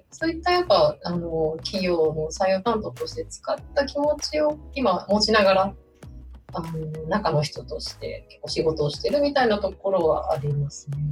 そういったやっぱ企業の採用担当として使った気持ちを今持ちながら中の人として結構仕事をしてるみたいなところはありますね。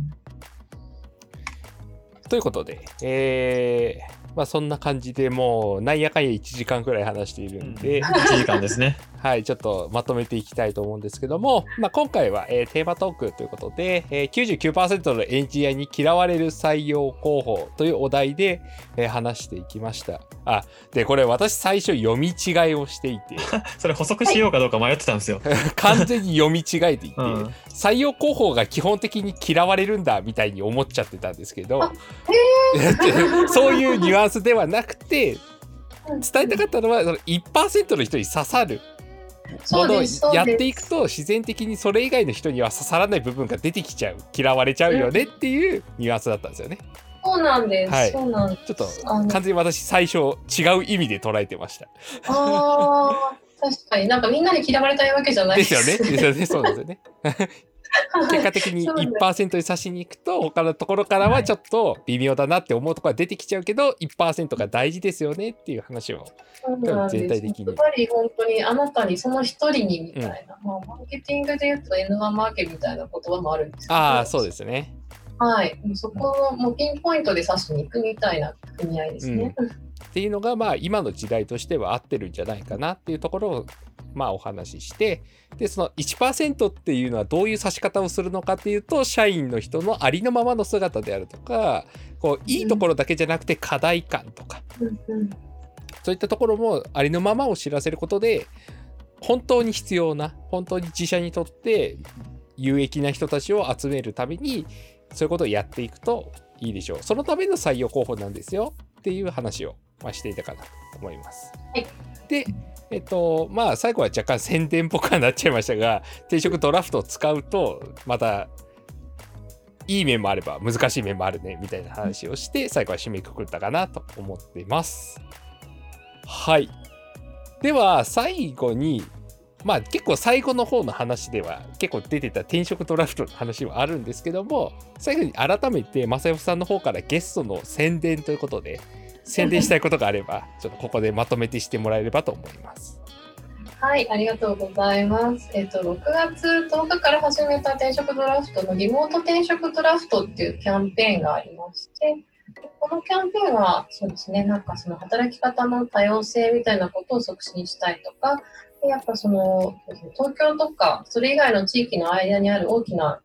ということで、そんな感じでもうなんやかんや1時間くらい話しているんで、 1時間ですね。 はい、ちょっとまとめていきたいと思うんですけども、今回は、テーマトークということで、99% のエンジニアに嫌われる採用候補というお題で、話していきました。でこれ私最初読み違いをしていてそれ補足しようかどうか迷ってたんですよ。 完全に読み違えていて、採用候補が基本的に嫌われるんだみたいに思っちゃってたんですけど、そういうニュアンスではなくて、伝えたかったのはその 1% の人に刺さるものをやっていくと自然的にそれ以外の人には刺さらない部分が出てきちゃう、嫌われちゃうよねっていうニュアンスだったんですよね。 そうなんです、はい、そうなんです。 ちょっと完全に私最初違う意味で捉えてました。 確かになんかみんなに嫌われたいわけじゃないですよね。ですよね。そうですよね。結果的に 1% に刺しに行くと他のところからはちょっと微妙だなって思うところが出てきちゃうけど、1% が大事ですよねっていう話を全体的に。やっぱり本当にあなたにその一人にみたいな、マーケティングで言うと N1 マーケみたいな言葉もあるんですけど、 そうですね。 はい、そこをもうピンポイントで刺しに行くみたいな組み合いですね。 っていうのが今の時代としては合ってるんじゃないかなっていうところをお話しして、でその 1% っていうのはどういう指し方をするのかっていうと、社員の人のありのままの姿であるとか、いいところだけじゃなくて課題感とか、そういったところもありのままを知らせることで、本当に必要な、本当に自社にとって有益な人たちを集めるためにそういうことをやっていくといいでしょう。そのための採用候補なんですよっていう話をしていたかなと思います。 はい、 で最後は若干宣伝っぽくはなっちゃいましたが、転職ドラフトを使うとまたいい面もあれば難しい面もあるねみたいな話をして最後は締めくくったかなと思っています。はい。では最後に結構最後の方の話では結構出てた転職ドラフトの話はあるんですけども、最後に改めて正代さんの方からゲストの宣伝ということで、宣伝したいことがあればちょっとここでまとめてしてもらえればと思います。 はい、ありがとうございます。6月10日から始めた転職ドラフトのリモート転職ドラフトっていうキャンペーンがありまして、このキャンペーンはそうですね、なんかその働き方の多様性みたいなことを促進したいとか、やっぱ東京とかそれ以外の地域の間にある大きな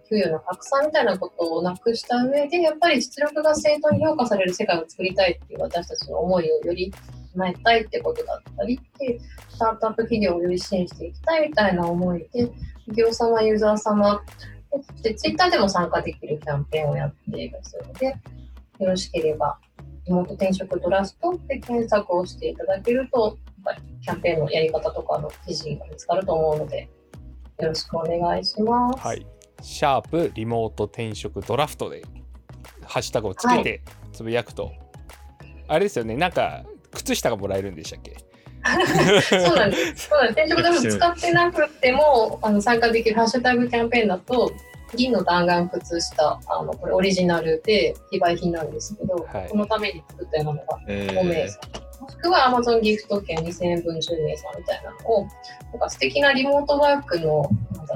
給与の格差みたいなことをなくした上で、やっぱり実力が正当に評価される世界を作りたいっていう私たちの思いをより叶えたいってことだったりっていう、スタートアップ企業をより支援していきたいみたいな思いで、企業様、ユーザー様、でツイッターでも参加できるキャンペーンをやっていますので、よろしければ、リモート転職トラストで検索をしていただけると、やっぱりキャンペーンのやり方とかの記事が見つかると思うので、よろしくお願いします。 はい。シャープリモート転職ドラフトでハッシュタグをつけてつぶやくと、はい、あれですよね、なんか靴下がもらえるんでしたっけ？ そうなんです。転職ドラフト使ってなくても参加できるハッシュタグキャンペーンだと、銀の弾丸靴下、これオリジナルで非売品なんですけど、はい、このために作ったようなのが5名さん、もしくは Amazon ギフト券2000円分10名さんみたいなのを、なんか素敵なリモートワークの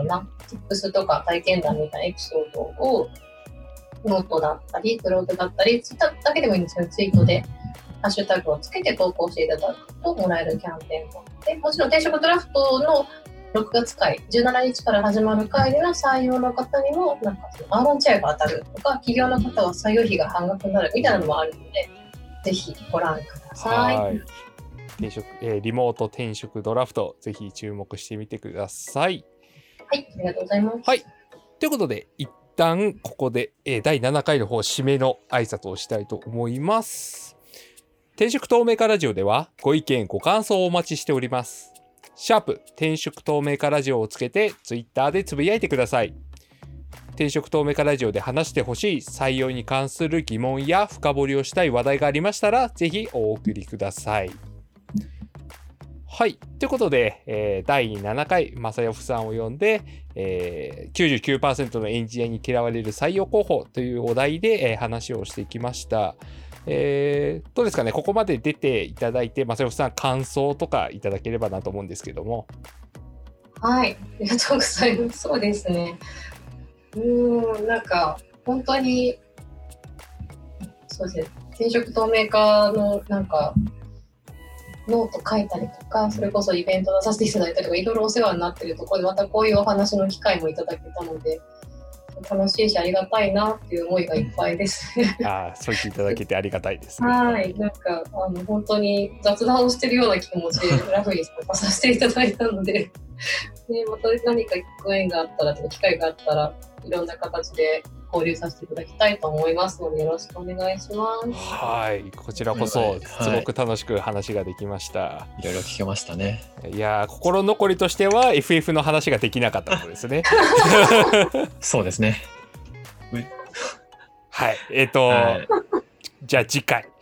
tips とか体験談みたいなエピソードをノートだったりブログだったりツイッターだけでもいいんですけど、ツイートでハッシュタグをつけて投稿していただくともらえるキャンペーンもあって、もちろん転職ドラフトの6月会、17日から始まる会での採用の方にも、なんかアーロンチェアが当たるとか、企業の方は採用費が半額になるみたいなのもあるので、ぜひご覧ください。はい。 リモート転職ドラフト、ぜひ注目してみてください。 はい、ありがとうございます。 はい。ということで、一旦ここで、第7回の方、締めの挨拶をしたいと思います。転職透明化ラジオでは、ご意見、ご感想をお待ちしております。シャープ転職透明化ラジオをつけて、ツイッターでつぶやいてください。転職透明化ラジオで話してほしい採用に関する疑問や深掘りをしたい話題がありましたら、ぜひお送りください。はい。ということで、第7回、正代さんを呼んで、99% のエンジニアに嫌われる採用候補というお題で、話をしてきました。どうですかね、ここまで出ていただいて、正代さん、感想とかいただければなと思うんですけども。 はい。ありがとうございます。そうですね。なんか、本当に、そうですね、転職透明化の、なんか、ノート書いたりとか、それこそイベント出させていただいたりとか、いろいろお世話になっているところで、またこういうお話の機会もいただけたので、楽しいしありがたいなっていう思いがいっぱいです。 そう言っていただけてありがたいですね。 はい、なんか本当に雑談をしてるような気持ちでラフに参加させていただいたので、ね、また何かご縁があったらとか機会があったらいろんな形で交流させていただきたいと思いますので、よろしくお願いします。 はい、こちらこそすごく楽しく話ができました。 いろいろ聞けましたね。 いや、心残りとしては FF の話ができなかったことですね。 そうですね。 はい、じゃあ次回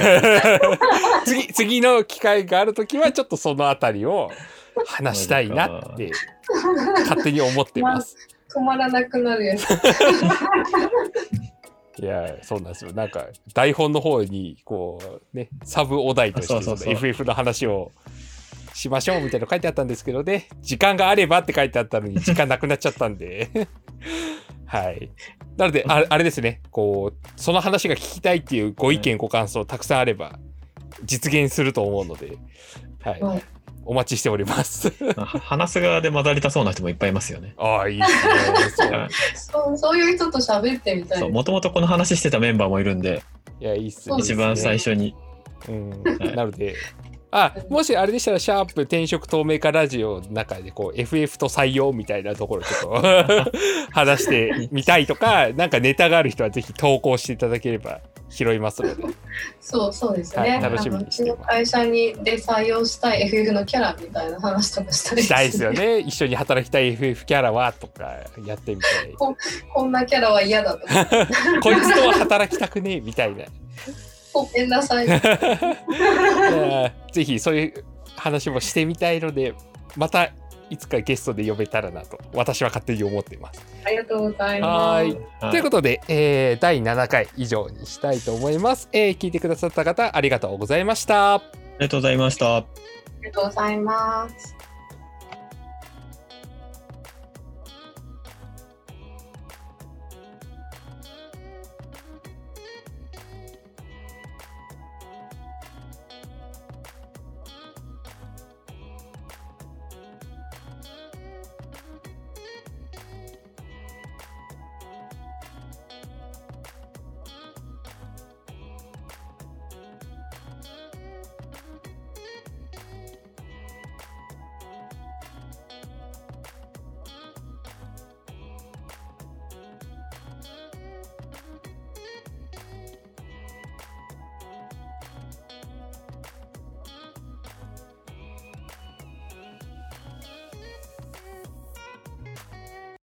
次の機会があるときはちょっとそのあたりを話したいなって勝手に思ってます。 止まらなくなるやつ。 いや、そうなんですよ。なんか台本の方にこうね、サブお題としてその FF の話をしましょうみたいなの書いてあったんですけどね、時間があればって書いてあったのに時間なくなっちゃったんではい。なので あれですね、こうその話が聞きたいっていうご意見ご感想たくさんあれば実現すると思うので、はい。お待ちしております。 話す側で混ざりたそうな人もいっぱいいますよね。 ああ、いいですね。 そういう人と喋ってみたい。 もともとこの話してたメンバーもいるんで。 いや、いいっすね。 一番最初に。 なので、もしあれでしたらシャープ転職透明化ラジオの中でこう FF と採用みたいなところちょっと話してみたいとか、なんかネタがある人はぜひ投稿していただければ拾いますので。 そうですね。 はい、楽しみにしてます。 うちの会社で採用したい FF のキャラみたいな話とかしたいですよね。一緒に働きたい FF キャラはとかやってみたい。 こんなキャラは嫌だとか。 こいつとは働きたくねえみたいな。 ごめんなさい。 ぜひそういう話もしてみたいので、またいつかゲストで呼べたらなと私は勝手に思っています。 ありがとうございます。 はい。ということで、第7回以上にしたいと思います。聞いてくださった方ありがとうございました。 ありがとうございました。 ありがとうございます。